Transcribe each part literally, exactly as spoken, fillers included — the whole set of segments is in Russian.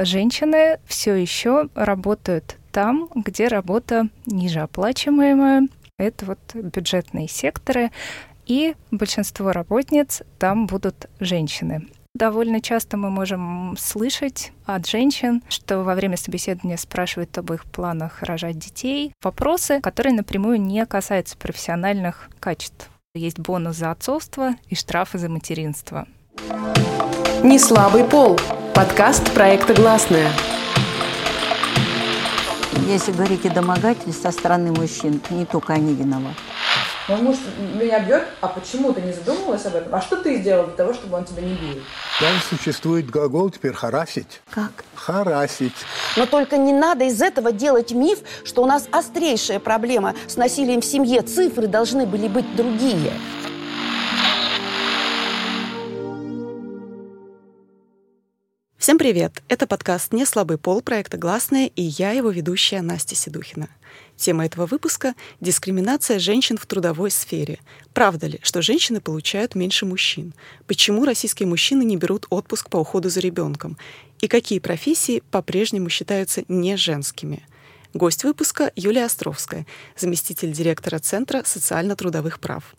женщины все еще работают там, где работа ниже оплачиваемая. Это вот бюджетные секторы, и большинство работниц там будут женщины. Довольно часто мы можем слышать от женщин, что во время собеседования спрашивают об их планах рожать детей. Вопросы, которые напрямую не касаются профессиональных качеств. Есть бонус за отцовство и штрафы за материнство. Неслабый пол. Подкаст проекта «Гласная». Если говорить о домогательстве со стороны мужчин, не только они виноваты. Мой муж меня бьет, а почему ты не задумывалась об этом? А что ты сделал для того, чтобы он тебя не бил? Там существует глагол теперь «харасить». Как? Харасить. Но только не надо из этого делать миф, что у нас острейшая проблема с насилием в семье. Цифры должны были быть другие. Всем привет! Это подкаст «Неслабый пол» проекта «Гласная», и я его ведущая Настя Седухина. Тема этого выпуска — дискриминация женщин в трудовой сфере. Правда ли, что женщины получают меньше мужчин? Почему российские мужчины не берут отпуск по уходу за ребенком? И какие профессии по-прежнему считаются не женскими? Гость выпуска — Юлия Островская, заместитель директора Центра социально-трудовых прав.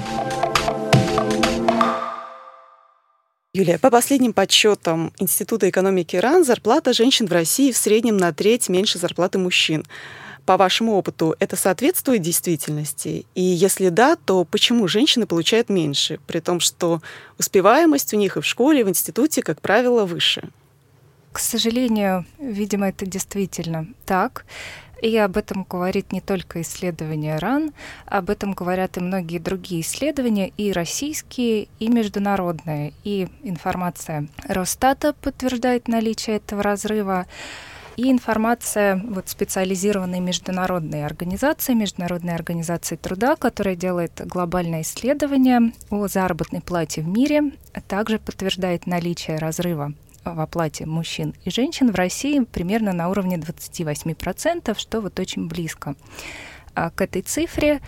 Юлия, по последним подсчетам Института экономики РАН, зарплата женщин в России в среднем на треть меньше зарплаты мужчин. По вашему опыту, это соответствует действительности? И если да, то почему женщины получают меньше, при том, что успеваемость у них и в школе, и в институте, как правило, выше? К сожалению, видимо, это действительно так. И об этом говорит не только исследование РАН, об этом говорят и многие другие исследования, и российские, и международные. И информация Росстата подтверждает наличие этого разрыва, и информация вот, специализированной международной организации, Международной организации труда, которая делает глобальное исследование о заработной плате в мире, также подтверждает наличие разрыва в оплате мужчин и женщин в России примерно на уровне двадцать восемь процентов, что вот очень близко а, к этой цифре.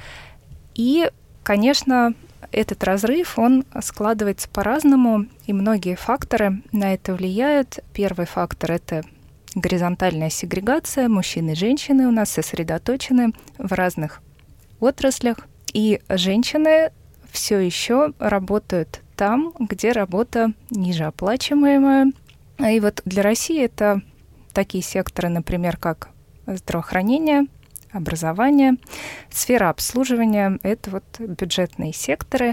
И, конечно, этот разрыв, он складывается по-разному, и многие факторы на это влияют. Первый фактор — это горизонтальная сегрегация. Мужчины и женщины у нас сосредоточены в разных отраслях, и женщины все еще работают там, где работа ниже оплачиваемая. И вот для России это такие секторы, например, как здравоохранение, образование, сфера обслуживания, это вот бюджетные секторы,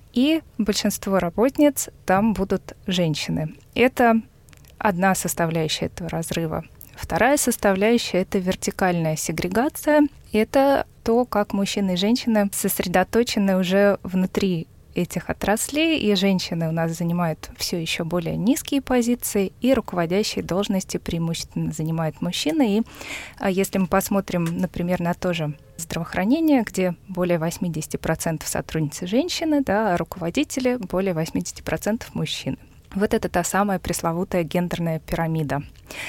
и большинство работниц там будут женщины. Это одна составляющая этого разрыва. Вторая составляющая — это вертикальная сегрегация. Это то, как мужчины и женщины сосредоточены уже внутри этих отраслей, и женщины у нас занимают все еще более низкие позиции, и руководящие должности преимущественно занимают мужчины. И а если мы посмотрим, например, на то же здравоохранение, где более восемьдесят процентов сотрудницы женщины, да, а руководители более восемьдесят процентов мужчины. Вот это та самая пресловутая гендерная пирамида.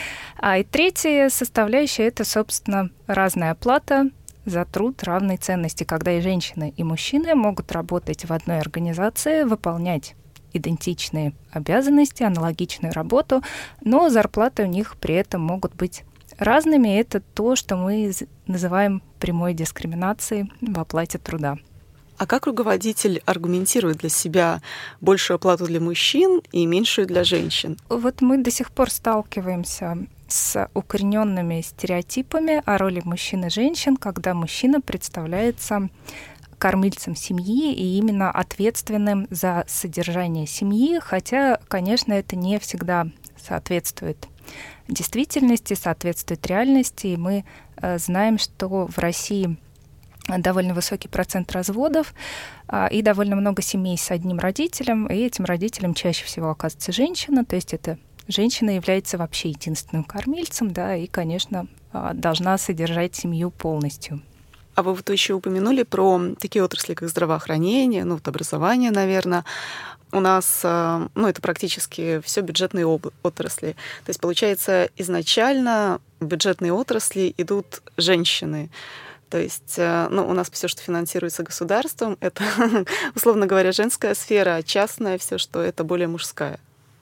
А и третья составляющая — это, собственно, разная оплата за труд равной ценности, когда и женщины, и мужчины могут работать в одной организации, выполнять идентичные обязанности, аналогичную работу, но зарплаты у них при этом могут быть разными. Это то, что мы называем прямой дискриминацией в оплате труда. А как руководитель аргументирует для себя большую оплату для мужчин и меньшую для женщин? Вот мы до сих пор сталкиваемся с укорененными стереотипами о роли мужчин и женщин, когда мужчина представляется кормильцем семьи и именно ответственным за содержание семьи, хотя, конечно, это не всегда соответствует действительности, соответствует реальности, и мы э, знаем, что в России довольно высокий процент разводов а, и довольно много семей с одним родителем, и этим родителем чаще всего оказывается женщина, то есть эта женщина является вообще единственным кормильцем, да, и, конечно, а, должна содержать семью полностью. А вы вот еще упомянули про такие отрасли, как здравоохранение, ну вот образование, наверное. У нас, ну, это практически все бюджетные об- отрасли. То есть, получается, изначально в бюджетные отрасли идут женщины. То есть, ну, у нас все, что финансируется государством, это, условно говоря, женская сфера, а частное все, что это более мужская.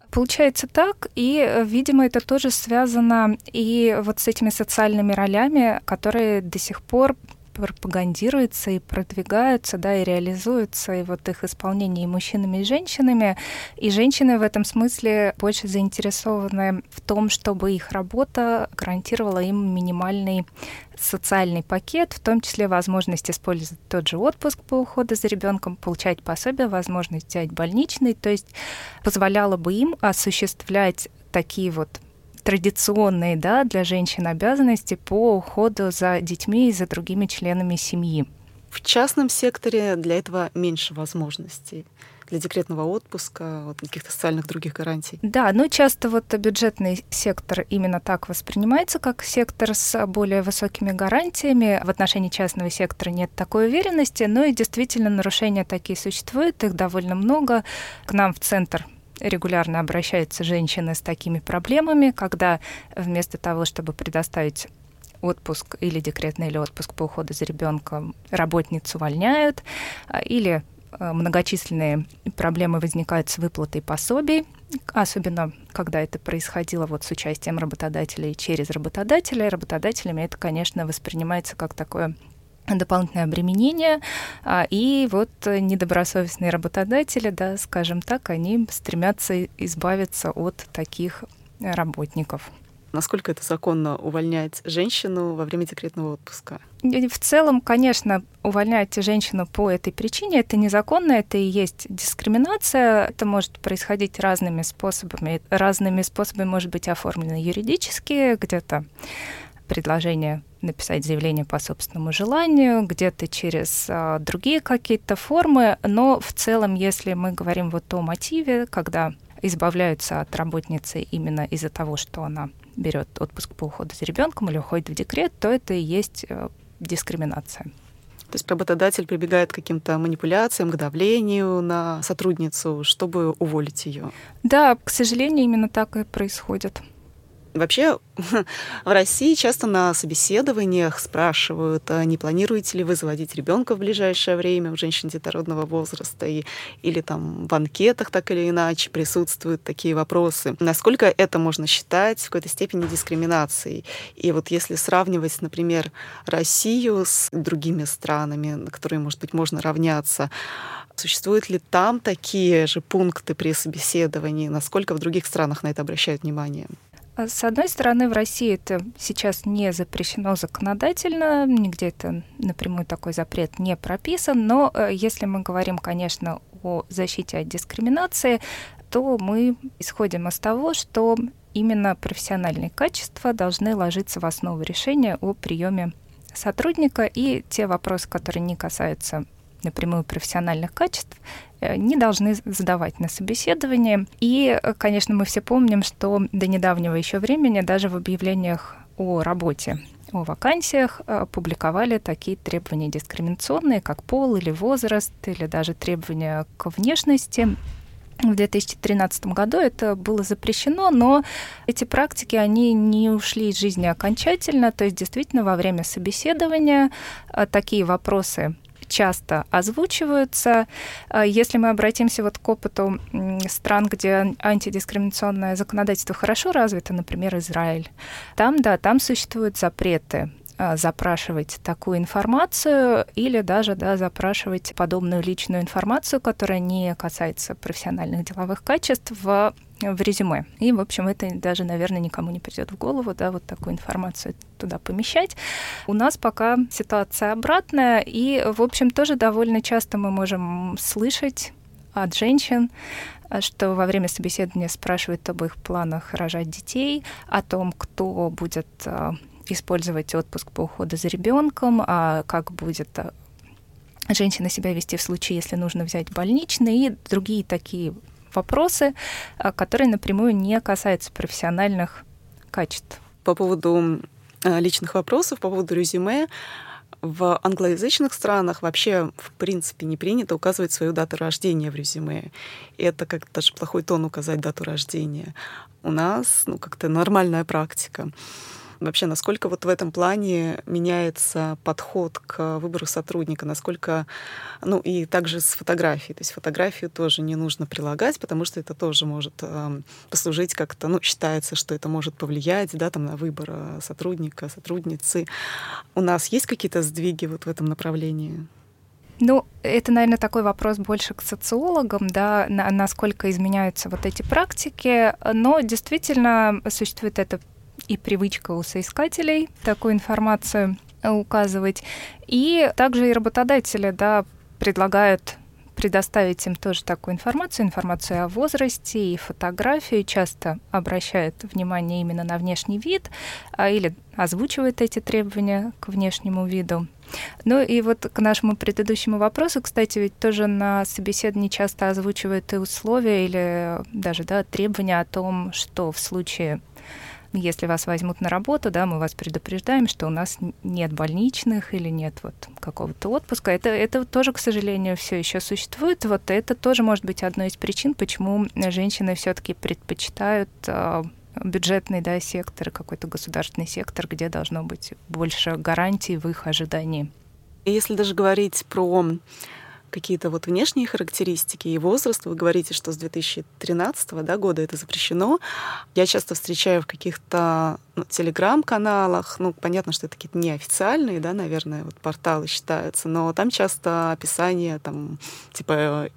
Получается так, и, видимо, это тоже связано и вот с этими социальными ролями, которые до сих пор пропагандируются и продвигаются, да, и реализуются, и вот их исполнение и мужчинами, и женщинами. И женщины в этом смысле больше заинтересованы в том, чтобы их работа гарантировала им минимальный социальный пакет, в том числе возможность использовать тот же отпуск по уходу за ребенком, получать пособие, возможность взять больничный, то есть позволяло бы им осуществлять такие вот традиционные, да, для женщин обязанности по уходу за детьми и за другими членами семьи. В частном секторе для этого меньше возможностей. Для декретного отпуска, вот, каких-то социальных других гарантий. Да, но часто вот бюджетный сектор именно так воспринимается, как сектор с более высокими гарантиями. В отношении частного сектора нет такой уверенности, но и действительно нарушения такие существуют, их довольно много. К нам в центр регулярно обращаются женщины с такими проблемами, когда вместо того, чтобы предоставить отпуск или декретный, или отпуск по уходу за ребенком, работницу увольняют, или многочисленные проблемы возникают с выплатой пособий, особенно когда это происходило вот с участием работодателя и через работодателя. Работодателями это, конечно, воспринимается как такое дополнительное обременение, и вот недобросовестные работодатели, да, скажем так, они стремятся избавиться от таких работников. Насколько это законно увольнять женщину во время декретного отпуска? В целом, конечно, увольнять женщину по этой причине это незаконно, это и есть дискриминация. Это может происходить разными способами. Разными способами может быть оформлено юридически, где-то предложение написать заявление по собственному желанию, где-то через а, другие какие-то формы, но в целом, если мы говорим вот о мотиве, когда избавляются от работницы именно из-за того, что она берет отпуск по уходу за ребенком или уходит в декрет, то это и есть а, дискриминация. То есть работодатель прибегает к каким-то манипуляциям, к давлению на сотрудницу, чтобы уволить ее. Да, к сожалению, именно так и происходит. Вообще, в России часто на собеседованиях спрашивают, а не планируете ли вы заводить ребенка в ближайшее время у женщин детородного возраста, и, или там в анкетах так или иначе присутствуют такие вопросы. Насколько это можно считать в какой-то степени дискриминацией? И вот если сравнивать, например, Россию с другими странами, на которые, может быть, можно равняться, существуют ли там такие же пункты при собеседовании? Насколько в других странах на это обращают внимание? С одной стороны, в России это сейчас не запрещено законодательно, нигде это напрямую такой запрет не прописан, но если мы говорим, конечно, о защите от дискриминации, то мы исходим из того, что именно профессиональные качества должны ложиться в основу решения о приеме сотрудника, и те вопросы, которые не касаются напрямую профессиональных качеств, не должны задавать на собеседовании. И, конечно, мы все помним, что до недавнего еще времени даже в объявлениях о работе, о вакансиях публиковали такие требования дискриминационные, как пол или возраст, или даже требования к внешности. В две тысячи тринадцатом году это было запрещено, но эти практики, они не ушли из жизни окончательно, то есть действительно во время собеседования такие вопросы часто озвучиваются. Если мы обратимся вот к опыту стран, где антидискриминационное законодательство хорошо развито, например, Израиль, там, да, там существуют запреты запрашивать такую информацию или даже, да, запрашивать подобную личную информацию, которая не касается профессиональных деловых качеств, в, в резюме. И, в общем, это даже, наверное, никому не придет в голову, да, вот такую информацию туда помещать. У нас пока ситуация обратная, и, в общем, тоже довольно часто мы можем слышать от женщин, что во время собеседования спрашивают об их планах рожать детей, о том, кто будет использовать отпуск по уходу за ребенком, а как будет женщина себя вести в случае, если нужно взять больничный, и другие такие вопросы, которые напрямую не касаются профессиональных качеств. По поводу личных вопросов, по поводу резюме, в англоязычных странах вообще, в принципе, не принято указывать свою дату рождения в резюме. И это как-то даже плохой тон указать дату рождения. У нас, ну, как-то нормальная практика. Вообще, насколько вот в этом плане меняется подход к выбору сотрудника, насколько, ну и также с фотографией. То есть фотографию тоже не нужно прилагать, потому что это тоже может э, послужить как-то, ну, считается, что это может повлиять, да, там, на выбор сотрудника, сотрудницы. У нас есть какие-то сдвиги вот в этом направлении? Ну, это, наверное, такой вопрос больше к социологам, да, на, насколько изменяются вот эти практики, но действительно существует эта и привычка у соискателей такую информацию указывать, и также и работодатели, да, предлагают предоставить им тоже такую информацию, информацию о возрасте и фотографию, часто обращают внимание именно на внешний вид а, или озвучивают эти требования к внешнему виду. Ну и вот к нашему предыдущему вопросу, кстати, ведь тоже на собеседовании часто озвучивают и условия или даже, да, требования о том, что в случае, если вас возьмут на работу, да, мы вас предупреждаем, что у нас нет больничных или нет вот какого-то отпуска. Это, это тоже, к сожалению, все еще существует. Вот это тоже может быть одной из причин, почему женщины все-таки предпочитают э, бюджетный, да, сектор, какой-то государственный сектор, где должно быть больше гарантий в их ожидании. Если даже говорить про какие-то вот внешние характеристики и возраст, вы говорите, что с две тысячи тринадцатого, да, года это запрещено. Я часто встречаю в каких-то, ну, телеграм-каналах, ну, понятно, что это какие-то неофициальные, да, наверное, вот порталы считаются, но там часто описание, там, типа,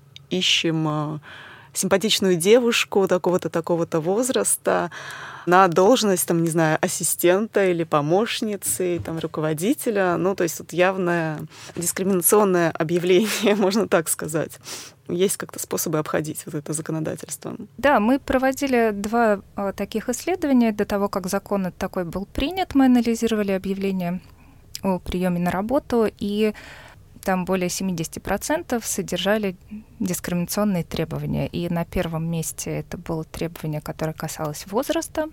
ищем симпатичную девушку такого-то, такого-то возраста на должность, там, не знаю, ассистента или помощницы, там, руководителя. Ну, то есть тут явное дискриминационное объявление, можно так сказать. Есть как-то способы обходить вот это законодательство? Да, мы проводили два э, таких исследования. До того, как закон такой был принят, мы анализировали объявление о приеме на работу, и там более семьдесят процентов содержали дискриминационные требования. И на первом месте это было требование, которое касалось возраста,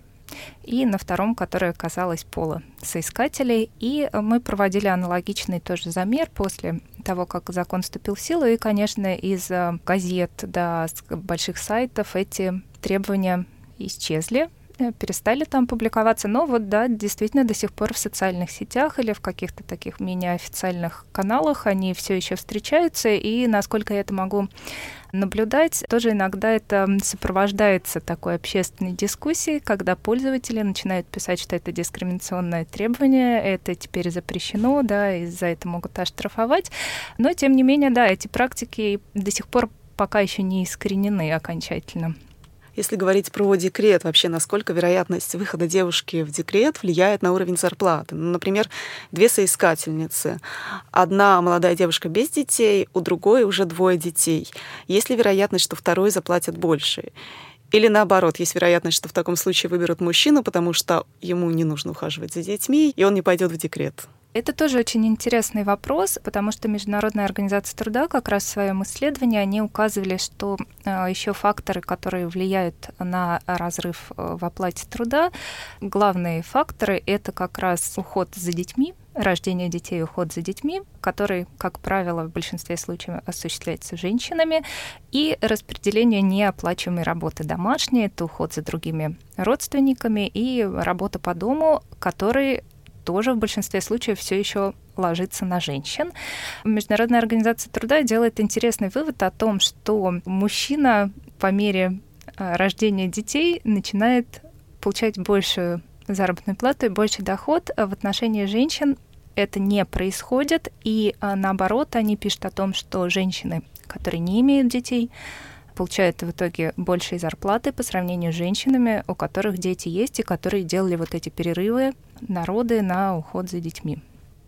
и на втором, которое касалось пола соискателей. И мы проводили аналогичный тоже замер после того, как закон вступил в силу. И, конечно, из газет до больших сайтов эти требования исчезли, перестали там публиковаться, но вот, да, действительно до сих пор в социальных сетях или в каких-то таких менее официальных каналах они все еще встречаются, и, насколько я это могу наблюдать, тоже иногда это сопровождается такой общественной дискуссией, когда пользователи начинают писать, что это дискриминационное требование, это теперь запрещено, да, и за это могут оштрафовать, но, тем не менее, да, эти практики до сих пор пока еще не искоренены окончательно. Если говорить про декрет, вообще насколько вероятность выхода девушки в декрет влияет на уровень зарплаты? Ну, например, две соискательницы. Одна молодая девушка без детей, у другой уже двое детей. Есть ли вероятность, что второй заплатят больше? Или наоборот, есть вероятность, что в таком случае выберут мужчину, потому что ему не нужно ухаживать за детьми, и он не пойдет в декрет? Это тоже очень интересный вопрос, потому что Международная организация труда как раз в своем исследовании они указывали, что э, еще факторы, которые влияют на разрыв э, в оплате труда, главные факторы — это как раз уход за детьми, рождение детей, уход за детьми, который, как правило, в большинстве случаев осуществляется женщинами, и распределение неоплачиваемой работы домашней, это уход за другими родственниками, и работа по дому, который тоже в большинстве случаев все еще ложится на женщин. Международная организация труда делает интересный вывод о том, что мужчина по мере рождения детей начинает получать большую заработную плату и больше доход. В отношении женщин это не происходит, и наоборот, они пишут о том, что женщины, которые не имеют детей, получают в итоге большие зарплаты по сравнению с женщинами, у которых дети есть, и которые делали вот эти перерывы на роды, на уход за детьми.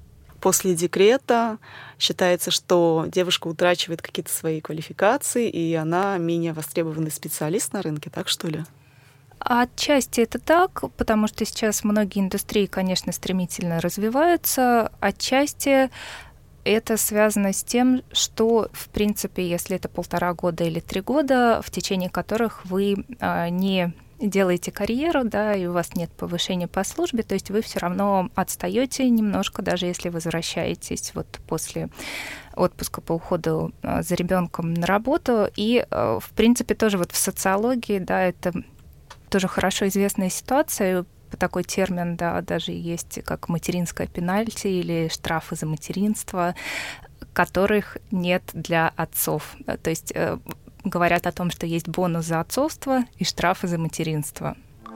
После декрета считается, что девушка утрачивает какие-то свои квалификации, и она менее востребованный специалист на рынке, так что ли? Отчасти это так, потому что сейчас многие индустрии, конечно, стремительно развиваются. Отчасти это связано с тем, что, в принципе, если это полтора года или три года, в течение которых вы а, не делаете карьеру, да, и у вас нет повышения по службе, то есть вы все равно отстаете немножко, даже если возвращаетесь вот после отпуска по уходу а, за ребенком на работу. И, а, в принципе, тоже вот в социологии, да, это тоже хорошо известная ситуация. такой термин, да, даже есть как материнское пенальти или штрафы за материнство, которых нет для отцов. То есть говорят о том, что есть бонус за отцовство и штрафы за материнство.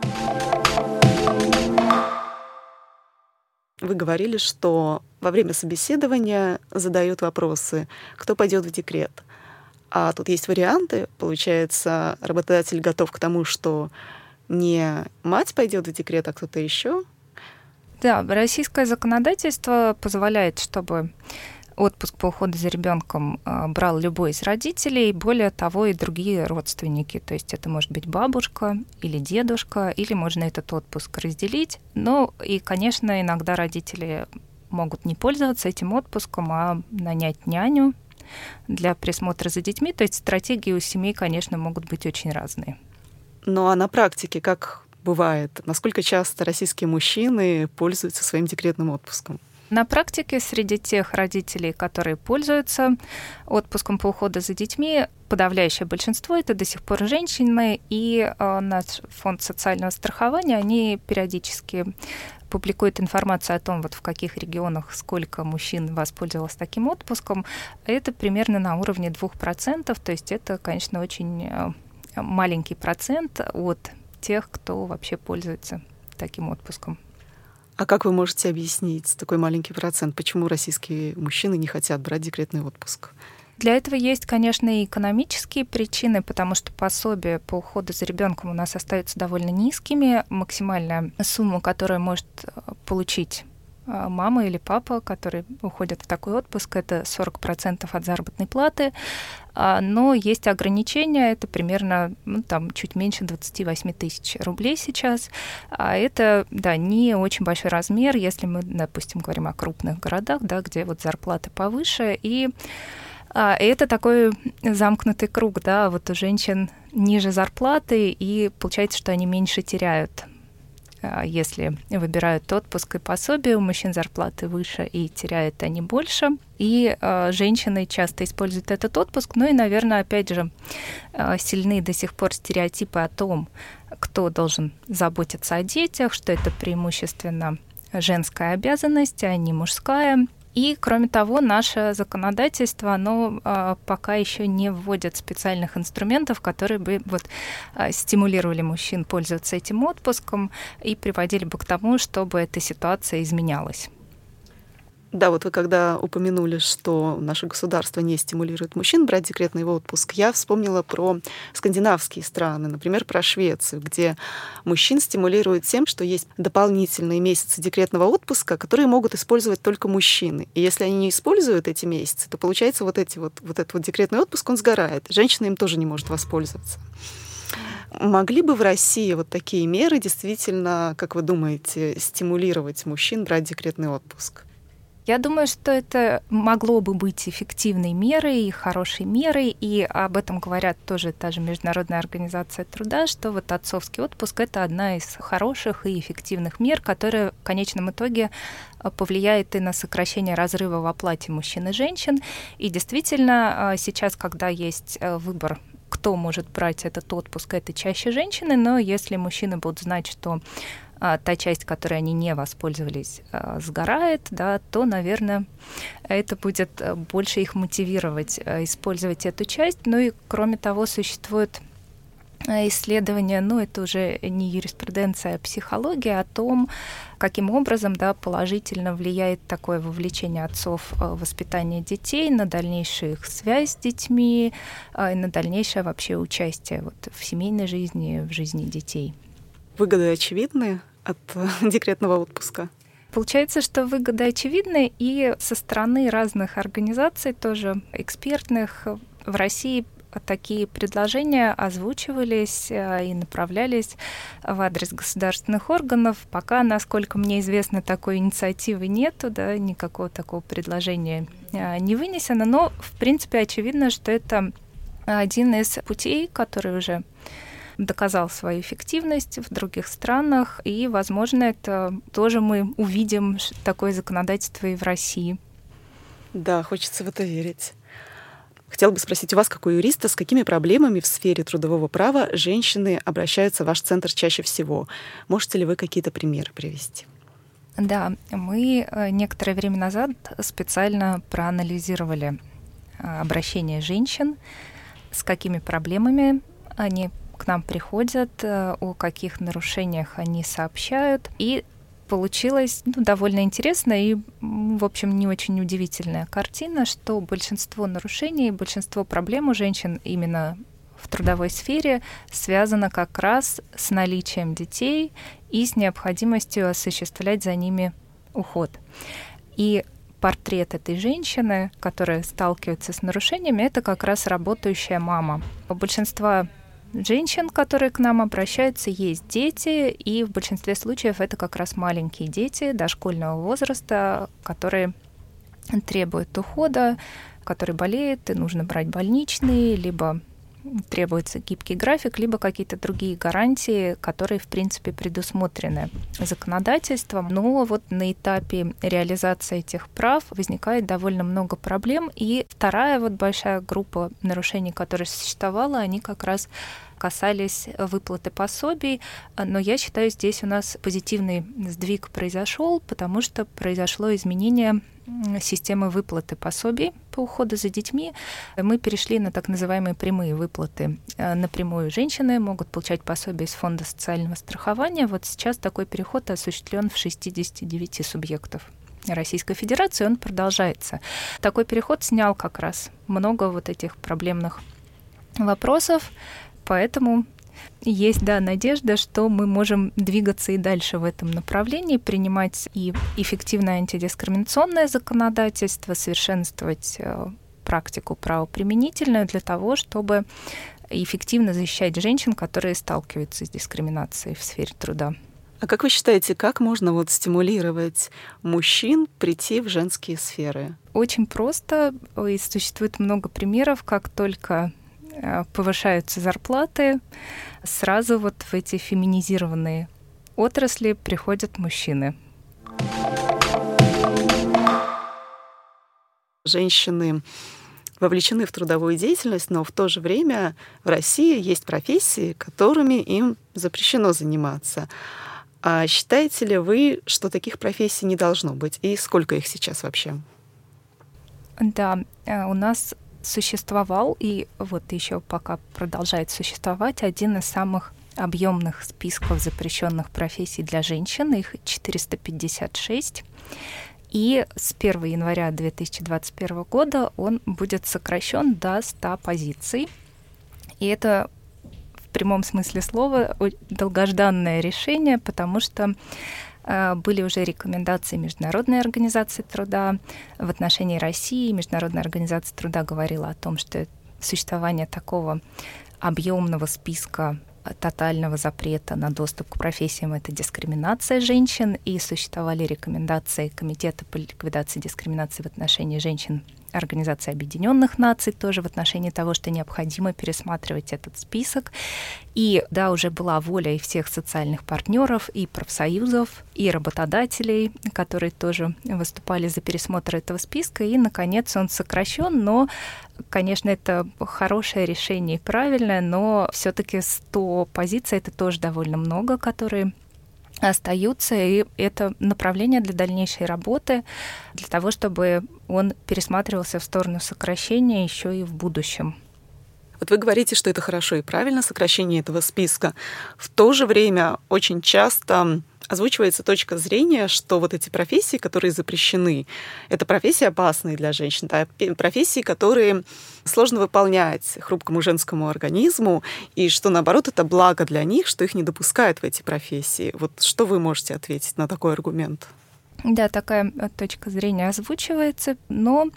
Вы говорили, что во время собеседования задают вопросы, кто пойдет в декрет. А тут есть варианты. Получается, работодатель готов к тому, что не мать пойдет в декрет, а кто-то еще. Да, российское законодательство позволяет, чтобы отпуск по уходу за ребенком брал любой из родителей, более того, и другие родственники. То есть это может быть бабушка или дедушка, или можно этот отпуск разделить. Ну и, конечно, иногда родители могут не пользоваться этим отпуском, а нанять няню для присмотра за детьми. То есть стратегии у семей, конечно, могут быть очень разные. Ну а на практике как бывает? Насколько часто российские мужчины пользуются своим декретным отпуском? На практике среди тех родителей, которые пользуются отпуском по уходу за детьми, подавляющее большинство — это до сих пор женщины, и э, наш фонд социального страхования, они периодически публикуют информацию о том, вот в каких регионах сколько мужчин воспользовалось таким отпуском. Это примерно на уровне двух процентов, то есть это, конечно, очень э, маленький процент от тех, кто вообще пользуется таким отпуском. А как вы можете объяснить такой маленький процент, почему российские мужчины не хотят брать декретный отпуск? Для этого есть, конечно, и экономические причины, потому что пособия по уходу за ребенком у нас остаются довольно низкими. Максимальная сумма, которую может получить мама или папа, которые уходят в такой отпуск, это сорок процентов от заработной платы. Но есть ограничения, это примерно ну, там, чуть меньше двадцать восемь тысяч рублей сейчас. А это, да, не очень большой размер, если мы, допустим, говорим о крупных городах, да, где вот зарплаты повыше. И а, это такой замкнутый круг, да, вот у женщин ниже зарплаты, и получается, что они меньше теряют, если выбирают отпуск и пособие, у мужчин зарплаты выше и теряют они больше. И э, женщины часто используют этот отпуск. Ну и, наверное, опять же, э, сильны до сих пор стереотипы о том, кто должен заботиться о детях, что это преимущественно женская обязанность, а не мужская. И, кроме того, наше законодательство, оно а, пока еще не вводит специальных инструментов, которые бы вот, а, стимулировали мужчин пользоваться этим отпуском и приводили бы к тому, чтобы эта ситуация изменялась. Да, вот вы когда упомянули, что наше государство не стимулирует мужчин брать декретный отпуск, я вспомнила про скандинавские страны, например, про Швецию, где мужчин стимулируют тем, что есть дополнительные месяцы декретного отпуска, которые могут использовать только мужчины. И если они не используют эти месяцы, то получается вот, эти вот, вот этот вот декретный отпуск, он сгорает. Женщина им тоже не может воспользоваться. Могли бы в России вот такие меры действительно, как вы думаете, стимулировать мужчин брать декретный отпуск? Я думаю, что это могло бы быть эффективной мерой и хорошей мерой, и об этом говорят тоже та же Международная организация труда, что вот отцовский отпуск — это одна из хороших и эффективных мер, которая в конечном итоге повлияет и на сокращение разрыва в оплате мужчин и женщин. И действительно, сейчас, когда есть выбор, кто может брать этот отпуск, это чаще женщины, но если мужчины будут знать, что а, та часть, которой они не воспользовались, а, сгорает, да, то, наверное, это будет больше их мотивировать а, использовать эту часть. Ну и, кроме того, существует исследования, ну, это уже не юриспруденция, а психология, о том, каким образом, да, положительно влияет такое вовлечение отцов в воспитание детей, на дальнейшую их связь с детьми и на дальнейшее вообще участие вот в семейной жизни, в жизни детей. Выгоды очевидны от декретного отпуска? Получается, что выгоды очевидны, и со стороны разных организаций, тоже экспертных, в России такие предложения озвучивались и направлялись в адрес государственных органов. Пока, насколько мне известно, такой инициативы нету, да, никакого такого предложения не вынесено, но, в принципе, очевидно, что это один из путей, который уже доказал свою эффективность в других странах, и, возможно, это тоже мы увидим такое законодательство и в России. Да, хочется в это верить. Хотела бы спросить у вас, как у юриста, с какими проблемами в сфере трудового права женщины обращаются в ваш центр чаще всего? Можете ли вы какие-то примеры привести? Да, мы некоторое время назад специально проанализировали обращение женщин, с какими проблемами они к нам приходят, о каких нарушениях они сообщают. И получилась ну, довольно интересная и, в общем, не очень удивительная картина, что большинство нарушений, большинство проблем у женщин именно в трудовой сфере связано как раз с наличием детей и с необходимостью осуществлять за ними уход. И портрет этой женщины, которая сталкивается с нарушениями, это как раз работающая мама. У большинства женщин, которые к нам обращаются, есть дети, и в большинстве случаев это как раз маленькие дети дошкольного возраста, которые требуют ухода, которые болеют, и нужно брать больничные, либо требуется гибкий график, либо какие-то другие гарантии, которые, в принципе, предусмотрены законодательством. Но вот на этапе реализации этих прав возникает довольно много проблем. И вторая вот большая группа нарушений, которая существовала, они как раз касались выплаты пособий. Но я считаю, здесь у нас позитивный сдвиг произошел, потому что произошло изменение системы выплаты пособий по уходу за детьми. Мы перешли на так называемые прямые выплаты. Напрямую женщины могут получать пособие из Фонда социального страхования. Вот сейчас такой переход осуществлен в шестидесяти девяти субъектов Российской Федерации, он продолжается. Такой переход снял как раз много вот этих проблемных вопросов, поэтому есть, да, надежда, что мы можем двигаться и дальше в этом направлении, принимать и эффективное антидискриминационное законодательство, совершенствовать практику правоприменительную для того, чтобы эффективно защищать женщин, которые сталкиваются с дискриминацией в сфере труда. А как вы считаете, как можно вот стимулировать мужчин прийти в женские сферы? Очень просто. И существует много примеров, как только повышаются зарплаты, сразу вот в эти феминизированные отрасли приходят мужчины. Женщины вовлечены в трудовую деятельность, но в то же время в России есть профессии, которыми им запрещено заниматься. А считаете ли вы, что таких профессий не должно быть? И сколько их сейчас вообще? Да, у нас существовал, и вот еще пока продолжает существовать, один из самых объемных списков запрещенных профессий для женщин, их четыреста пятьдесят шесть. И с первого января две тысячи двадцать первого года он будет сокращен до ста позиций. И это в прямом смысле слова долгожданное решение, потому что были уже рекомендации Международной организации труда в отношении России. Международная организация труда говорила о том, что существование такого объемного списка тотального запрета на доступ к профессиям — это дискриминация женщин, и существовали рекомендации Комитета по ликвидации дискриминации в отношении женщин Организации Объединенных Наций тоже в отношении того, что необходимо пересматривать этот список. И да, уже была воля и всех социальных партнеров, и профсоюзов, и работодателей, которые тоже выступали за пересмотр этого списка. И, наконец, он сокращен, но, конечно, это хорошее решение и правильное, но все-таки сто позиций — это тоже довольно много, которые остаются, и это направление для дальнейшей работы, для того, чтобы он пересматривался в сторону сокращения еще и в будущем. Вот вы говорите, что это хорошо и правильно, сокращение этого списка. В то же время очень часто озвучивается точка зрения, что вот эти профессии, которые запрещены, это профессии опасные для женщин, да, профессии, которые сложно выполнять хрупкому женскому организму, и что, наоборот, это благо для них, что их не допускают в эти профессии. Вот что вы можете ответить на такой аргумент? Да, такая точка зрения озвучивается, но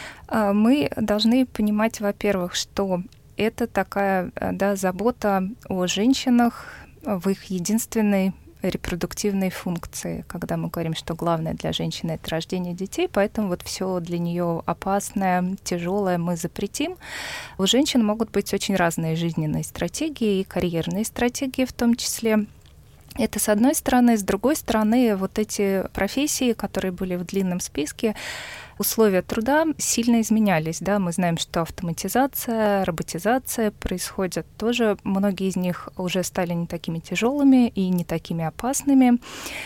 мы должны понимать, во-первых, что это такая, да, забота о женщинах в их единственной репродуктивной функции, когда мы говорим, что главное для женщины — это рождение детей, поэтому вот все для нее опасное, тяжелое мы запретим. У женщин могут быть очень разные жизненные стратегии и карьерные стратегии в том числе. Это с одной стороны. С другой стороны, вот эти профессии, которые были в длинном списке, условия труда сильно изменялись. Да? Мы знаем, что автоматизация, роботизация происходят тоже. Многие из них уже стали не такими тяжелыми и не такими опасными.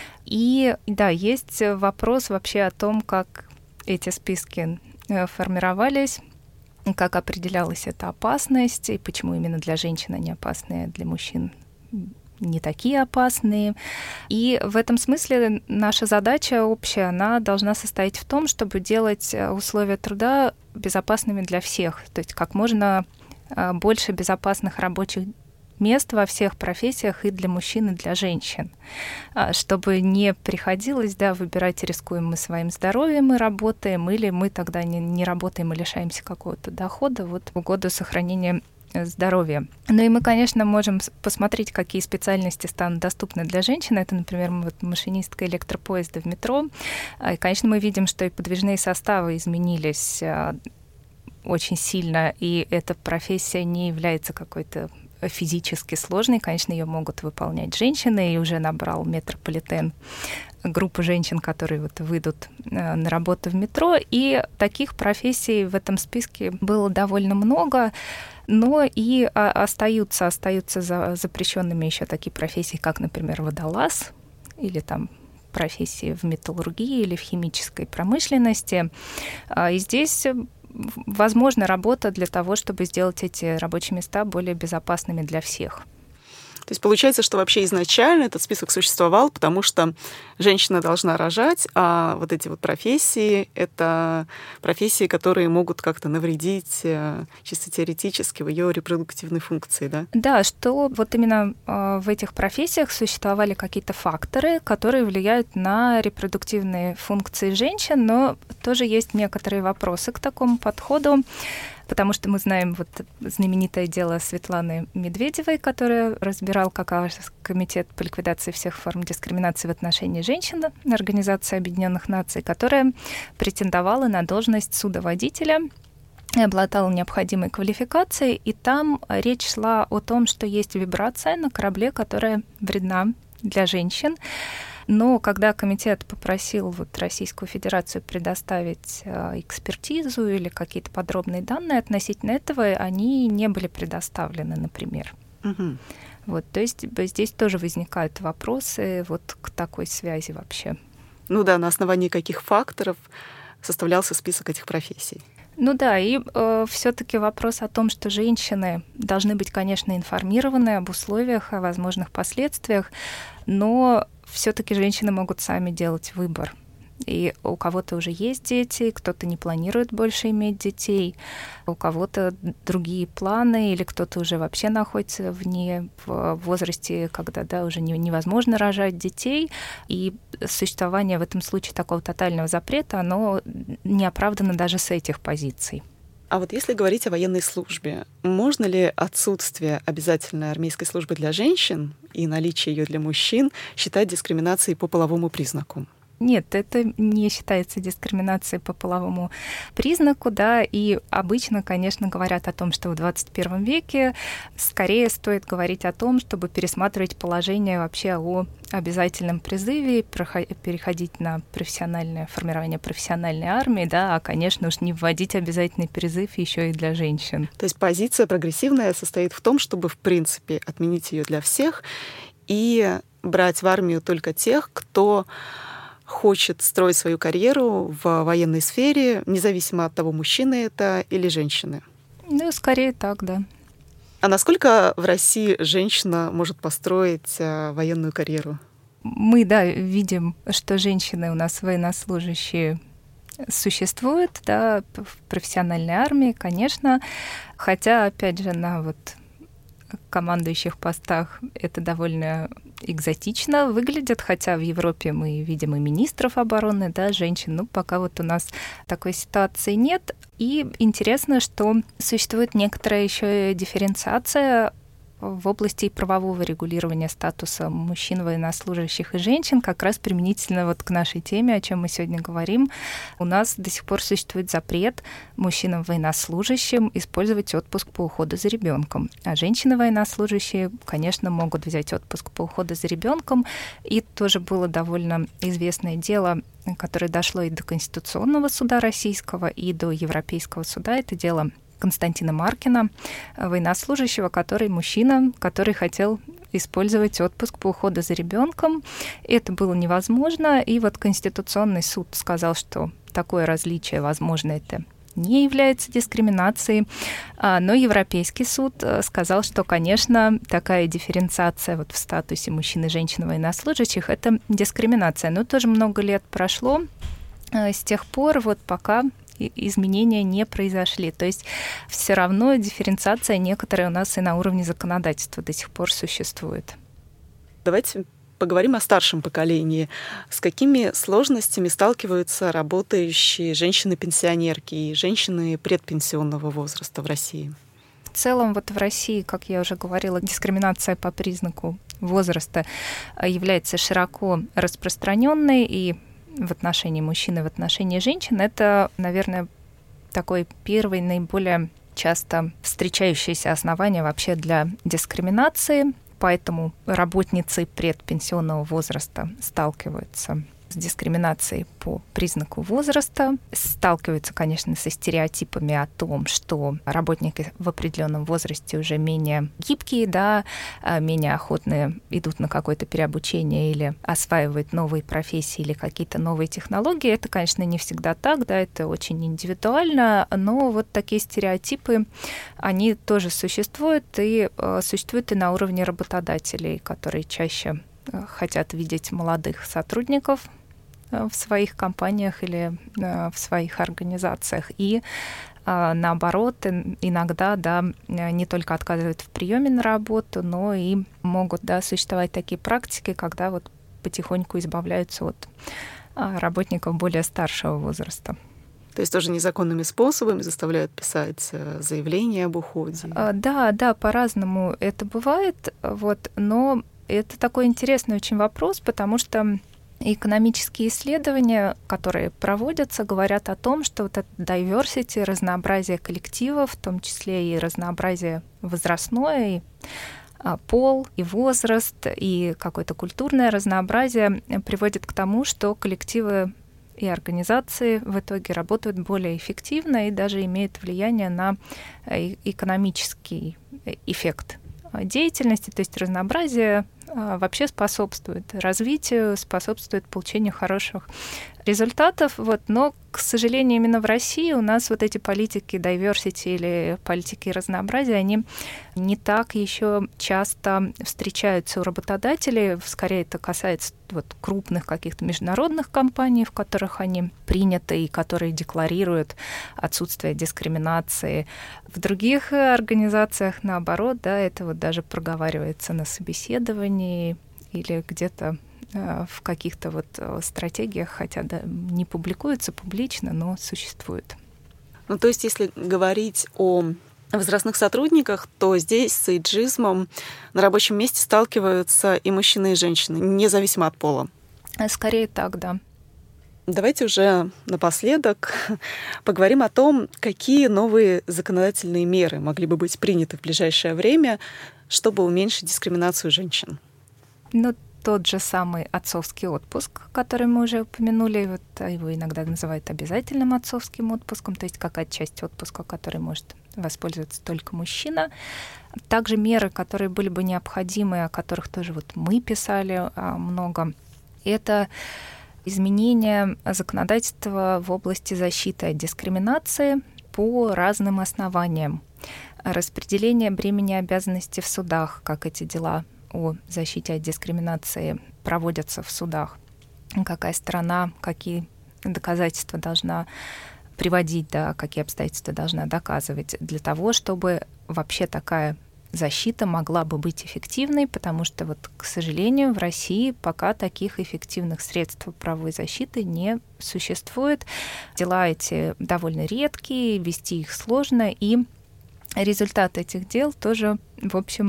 И да, есть вопрос вообще о том, как эти списки формировались, как определялась эта опасность, и почему именно для женщин они опасные, а для мужчин не такие опасные. И в этом смысле наша задача общая, она должна состоять в том, чтобы делать условия труда безопасными для всех, то есть как можно больше безопасных рабочих мест во всех профессиях и для мужчин, и для женщин, чтобы не приходилось, да, выбирать, рискуем мы своим здоровьем и работаем, или мы тогда не, не работаем и лишаемся какого-то дохода вот в угоду сохранения здоровья. Ну и мы, конечно, можем посмотреть, какие специальности станут доступны для женщин. Это, например, вот машинистка электропоезда в метро. И, конечно, мы видим, что и подвижные составы изменились очень сильно, и эта профессия не является какой-то физически сложной. Конечно, ее могут выполнять женщины, и уже набрал метрополитен группу женщин, которые вот выйдут на работу в метро. И таких профессий в этом списке было довольно много. Но и остаются, остаются за запрещенными еще такие профессии, как, например, водолаз или там профессии в металлургии или в химической промышленности. И здесь возможна работа для того, чтобы сделать эти рабочие места более безопасными для всех. То есть получается, что вообще изначально этот список существовал, потому что женщина должна рожать, а вот эти вот профессии — это профессии, которые могут как-то навредить чисто теоретически в ее репродуктивной функции, да? Да, что вот именно в этих профессиях существовали какие-то факторы, которые влияют на репродуктивные функции женщин, но тоже есть некоторые вопросы к такому подходу. Потому что мы знаем вот знаменитое дело Светланы Медведевой, которая разбирал как раз комитет по ликвидации всех форм дискриминации в отношении женщин Организации Объединенных Наций, которая претендовала на должность судоводителя и обладала необходимой квалификацией. И там речь шла о том, что есть вибрация на корабле, которая вредна для женщин. Но когда комитет попросил вот Российскую Федерацию предоставить экспертизу или какие-то подробные данные относительно этого, они не были предоставлены, например. Угу. Вот, то есть здесь тоже возникают вопросы вот к такой связи вообще. Ну да, на основании каких факторов составлялся список этих профессий? Ну да, и э, все-таки вопрос о том, что женщины должны быть, конечно, информированы об условиях, о возможных последствиях, но все-таки женщины могут сами делать выбор. И у кого-то уже есть дети, кто-то не планирует больше иметь детей, у кого-то другие планы, или кто-то уже вообще находится вне в возрасте, когда да, уже невозможно рожать детей. И существование в этом случае такого тотального запрета, оно не оправдано даже с этих позиций. А вот если говорить о военной службе, можно ли отсутствие обязательной армейской службы для женщин и наличие ее для мужчин считать дискриминацией по половому признаку? Нет, это не считается дискриминацией по половому признаку, да, и обычно, конечно, говорят о том, что в двадцать первом веке скорее стоит говорить о том, чтобы пересматривать положение вообще о обязательном призыве, переходить на профессиональное формирование профессиональной армии, да, а, конечно, уж не вводить обязательный призыв еще и для женщин. То есть позиция прогрессивная состоит в том, чтобы, в принципе, отменить ее для всех и брать в армию только тех, кто хочет строить свою карьеру в военной сфере, независимо от того, мужчины это или женщины? Ну, скорее так, да. А насколько в России женщина может построить военную карьеру? Мы, да, видим, что женщины у нас военнослужащие существуют, да, в профессиональной армии, конечно, хотя, опять же, на вот командующих постах это довольно экзотично выглядит, хотя в Европе мы видим и министров обороны, да, женщин, ну, пока вот у нас такой ситуации нет. И интересно, что существует некоторая еще дифференциация в области правового регулирования статуса мужчин, военнослужащих и женщин, как раз применительно вот к нашей теме, о чем мы сегодня говорим. У нас до сих пор существует запрет мужчинам-военнослужащим использовать отпуск по уходу за ребенком. А женщины-военнослужащие, конечно, могут взять отпуск по уходу за ребенком. И тоже было довольно известное дело, которое дошло и до Конституционного суда российского, и до Европейского суда. Это дело Константина Маркина, военнослужащего, который мужчина, который хотел использовать отпуск по уходу за ребенком. Это было невозможно, и вот Конституционный суд сказал, что такое различие возможно, это не является дискриминацией, но Европейский суд сказал, что, конечно, такая дифференциация вот в статусе мужчин и женщин военнослужащих — это дискриминация. Но тоже много лет прошло с тех пор, вот пока изменения не произошли. То есть все равно дифференциация некоторая у нас и на уровне законодательства до сих пор существует. Давайте поговорим о старшем поколении. С какими сложностями сталкиваются работающие женщины-пенсионерки и женщины предпенсионного возраста в России? В целом, вот в России, как я уже говорила, дискриминация по признаку возраста является широко распространенной, и в отношении мужчин и в отношении женщин это, наверное, такой первый, наиболее часто встречающееся основание вообще для дискриминации. Поэтому работницы предпенсионного возраста сталкиваются с дискриминацией по признаку возраста, сталкиваются, конечно, со стереотипами о том, что работники в определенном возрасте уже менее гибкие, да, менее охотно идут на какое-то переобучение или осваивают новые профессии или какие-то новые технологии. Это, конечно, не всегда так, да, это очень индивидуально, но вот такие стереотипы, они тоже существуют, и существуют и на уровне работодателей, которые чаще хотят видеть молодых сотрудников в своих компаниях или в своих организациях. И наоборот, иногда, да, не только отказывают в приеме на работу, но и могут, да, существовать такие практики, когда вот потихоньку избавляются от работников более старшего возраста. То есть тоже незаконными способами заставляют писать заявление об уходе? Да, да, по-разному это бывает, вот, но это такой интересный очень вопрос, потому что экономические исследования, которые проводятся, говорят о том, что вот это diversity, разнообразие коллектива, в том числе и разнообразие возрастное, и пол, и возраст, и какое-то культурное разнообразие приводит к тому, что коллективы и организации в итоге работают более эффективно и даже имеют влияние на экономический эффект деятельности, то есть разнообразие вообще способствует развитию, способствует получению хороших результатов. Вот. Но, к сожалению, именно в России у нас вот эти политики diversity или политики разнообразия, они не так еще часто встречаются у работодателей. Скорее, это касается вот крупных каких-то международных компаний, в которых они приняты и которые декларируют отсутствие дискриминации. В других организациях, наоборот, да, это вот даже проговаривается на собеседовании или где-то в каких-то вот стратегиях, хотя да, не публикуются публично, но существуют. Ну, то есть, если говорить о возрастных сотрудниках, то здесь с эйджизмом на рабочем месте сталкиваются и мужчины, и женщины, независимо от пола. Скорее так, да. Давайте уже напоследок поговорим о том, какие новые законодательные меры могли бы быть приняты в ближайшее время, чтобы уменьшить дискриминацию женщин. Ну, тот же самый отцовский отпуск, который мы уже упомянули, вот его иногда называют обязательным отцовским отпуском, то есть какая-то часть отпуска, которой может воспользоваться только мужчина. Также меры, которые были бы необходимы, о которых тоже вот мы писали много, это изменение законодательства в области защиты от дискриминации по разным основаниям, распределение бремени обязанностей в судах, как эти дела о защите от дискриминации проводятся в судах, какая сторона, какие доказательства должна приводить, да, какие обстоятельства должна доказывать для того, чтобы вообще такая защита могла бы быть эффективной, потому что, вот, к сожалению, в России пока таких эффективных средств правовой защиты не существует. Дела эти довольно редкие, вести их сложно, и результат этих дел тоже, в общем,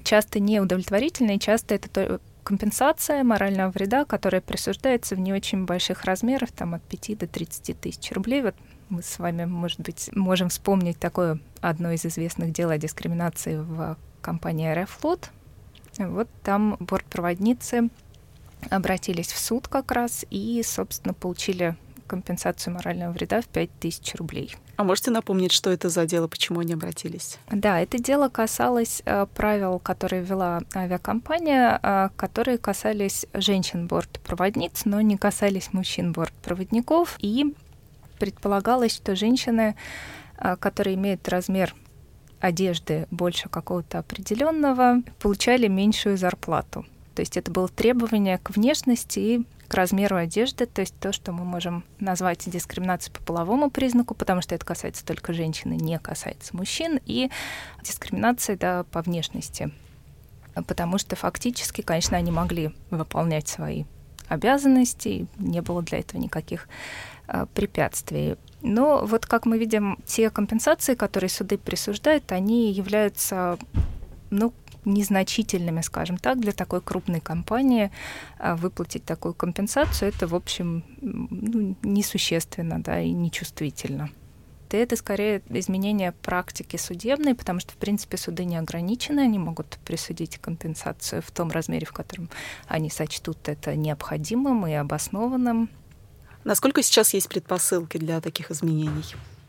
часто неудовлетворительны, и часто это компенсация морального вреда, которая присуждается в не очень больших размерах, там от пяти до тридцати тысяч рублей. Вот мы с вами, может быть, можем вспомнить такое одно из известных дел о дискриминации в компании «Аэрофлот». Вот там бортпроводницы обратились в суд как раз и, собственно, получили компенсацию морального вреда в пять тысяч рублей. А можете напомнить, что это за дело, почему они обратились? Да, это дело касалось э, правил, которые ввела авиакомпания, э, которые касались женщин-бортпроводниц, но не касались мужчин-бортпроводников. И предполагалось, что женщины, э, которые имеют размер одежды больше какого-то определенного, получали меньшую зарплату. То есть это было требование к внешности и к размеру одежды, то есть то, что мы можем назвать дискриминацией по половому признаку, потому что это касается только женщин и не касается мужчин, и дискриминация, да, по внешности. Потому что фактически, конечно, они могли выполнять свои обязанности, не было для этого никаких а, препятствий. Но вот как мы видим, те компенсации, которые суды присуждают, они являются, ну, незначительными, скажем так, для такой крупной компании выплатить такую компенсацию, это, в общем, ну, несущественно, да, и нечувствительно. И это скорее изменение практики судебной, потому что, в принципе, суды не ограничены, они могут присудить компенсацию в том размере, в котором они сочтут это необходимым и обоснованным. Насколько сейчас есть предпосылки для таких изменений?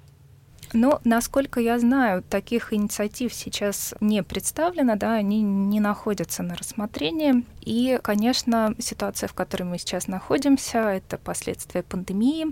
Но, насколько я знаю, таких инициатив сейчас не представлено, да, они не находятся на рассмотрении. И, конечно, ситуация, в которой мы сейчас находимся, это последствия пандемии.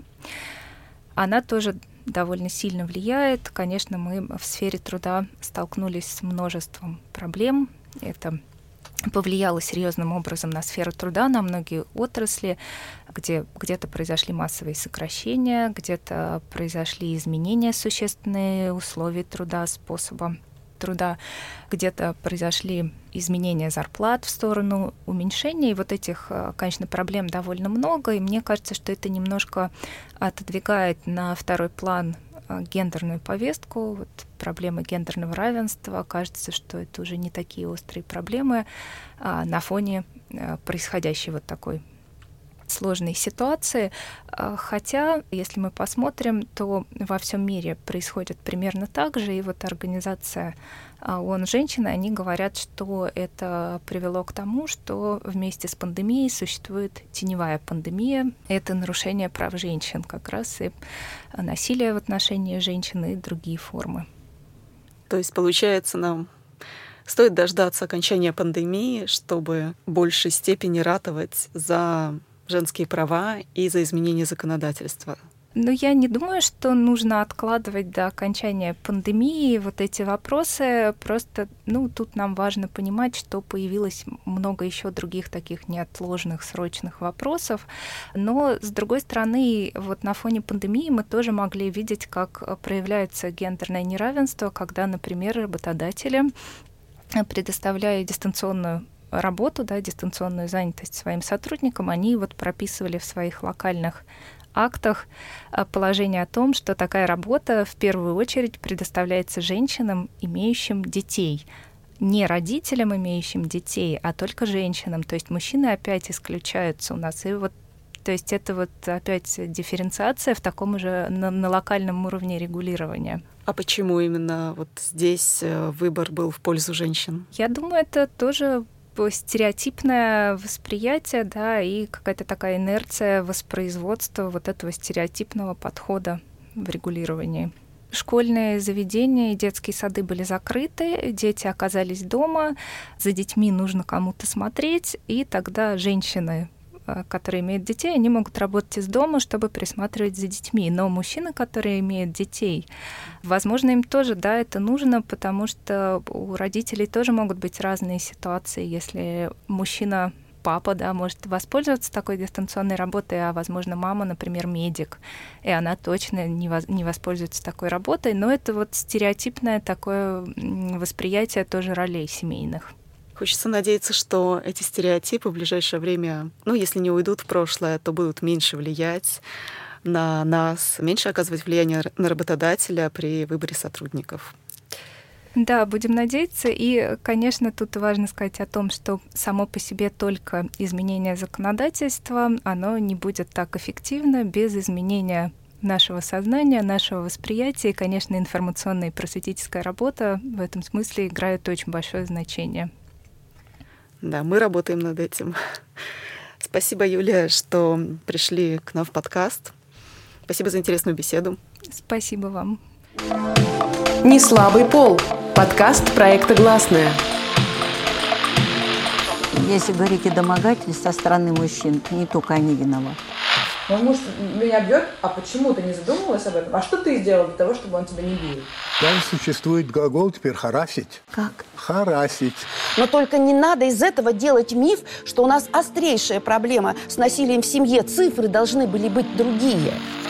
Она тоже довольно сильно влияет. Конечно, мы в сфере труда столкнулись с множеством проблем. Это повлияло серьезным образом на сферу труда, на многие отрасли, где где-то произошли массовые сокращения, где-то произошли изменения существенные условий труда, способа труда, где-то произошли изменения зарплат в сторону уменьшения. И вот этих, конечно, проблем довольно много, и мне кажется, что это немножко отодвигает на второй план гендерную повестку, вот проблемы гендерного равенства. Кажется, что это уже не такие острые проблемы а, на фоне а, происходящей вот такой сложной ситуации. А, хотя, если мы посмотрим, то во всем мире происходит примерно так же. И вот организация ООН «Женщины», они говорят, что это привело к тому, что вместе с пандемией существует теневая пандемия. Это нарушение прав женщин как раз, и насилие в отношении женщин и другие формы. То есть, получается, нам стоит дождаться окончания пандемии, чтобы в большей степени ратовать за женские права и за изменение законодательства. Но я не думаю, что нужно откладывать до окончания пандемии вот эти вопросы. Просто, ну, тут нам важно понимать, что появилось много еще других таких неотложных, срочных вопросов. Но, с другой стороны, вот на фоне пандемии мы тоже могли видеть, как проявляется гендерное неравенство, когда, например, работодатели, предоставляя дистанционную работу, да, дистанционную занятость своим сотрудникам, они вот прописывали в своих локальных актах положение о том, что такая работа в первую очередь предоставляется женщинам, имеющим детей. Не родителям, имеющим детей, а только женщинам. То есть мужчины опять исключаются у нас. И вот, то есть это вот опять дифференциация в таком же на, на локальном уровне регулирования. А почему именно вот здесь выбор был в пользу женщин? Я думаю, это тоже стереотипное восприятие, да, и какая-то такая инерция воспроизводства вот этого стереотипного подхода в регулировании. Школьные заведения и детские сады были закрыты, дети оказались дома, за детьми нужно кому-то смотреть, и тогда женщины, которые имеют детей, они могут работать из дома, чтобы присматривать за детьми. Но мужчины, которые имеют детей, возможно, им тоже, да, это нужно, потому что у родителей тоже могут быть разные ситуации. Если мужчина, папа, да, может воспользоваться такой дистанционной работой, а, возможно, мама, например, медик, и она точно не, воз- не воспользуется такой работой. Но это вот стереотипное такое восприятие тоже ролей семейных. Хочется надеяться, что эти стереотипы в ближайшее время, ну, если не уйдут в прошлое, то будут меньше влиять на нас, меньше оказывать влияние на работодателя при выборе сотрудников. Да, будем надеяться. И, конечно, тут важно сказать о том, что само по себе только изменение законодательства, оно не будет так эффективно без изменения нашего сознания, нашего восприятия. И, конечно, информационная и просветительская работа в этом смысле играет очень большое значение. Да, мы работаем над этим. Спасибо, Юлия, что пришли к нам в подкаст. Спасибо за интересную беседу. Спасибо вам. «Неслабый пол» – подкаст проекта «Гласная». Если говорить о домогательстве со стороны мужчин, не только они виноваты. Мой муж меня бьет, а почему ты не задумывалась об этом? А что ты сделал для того, чтобы он тебя не бил? Там существует глагол теперь «харасить». Как? Харасить. Но только не надо из этого делать миф, что у нас острейшая проблема с насилием в семье. Цифры должны были быть другие.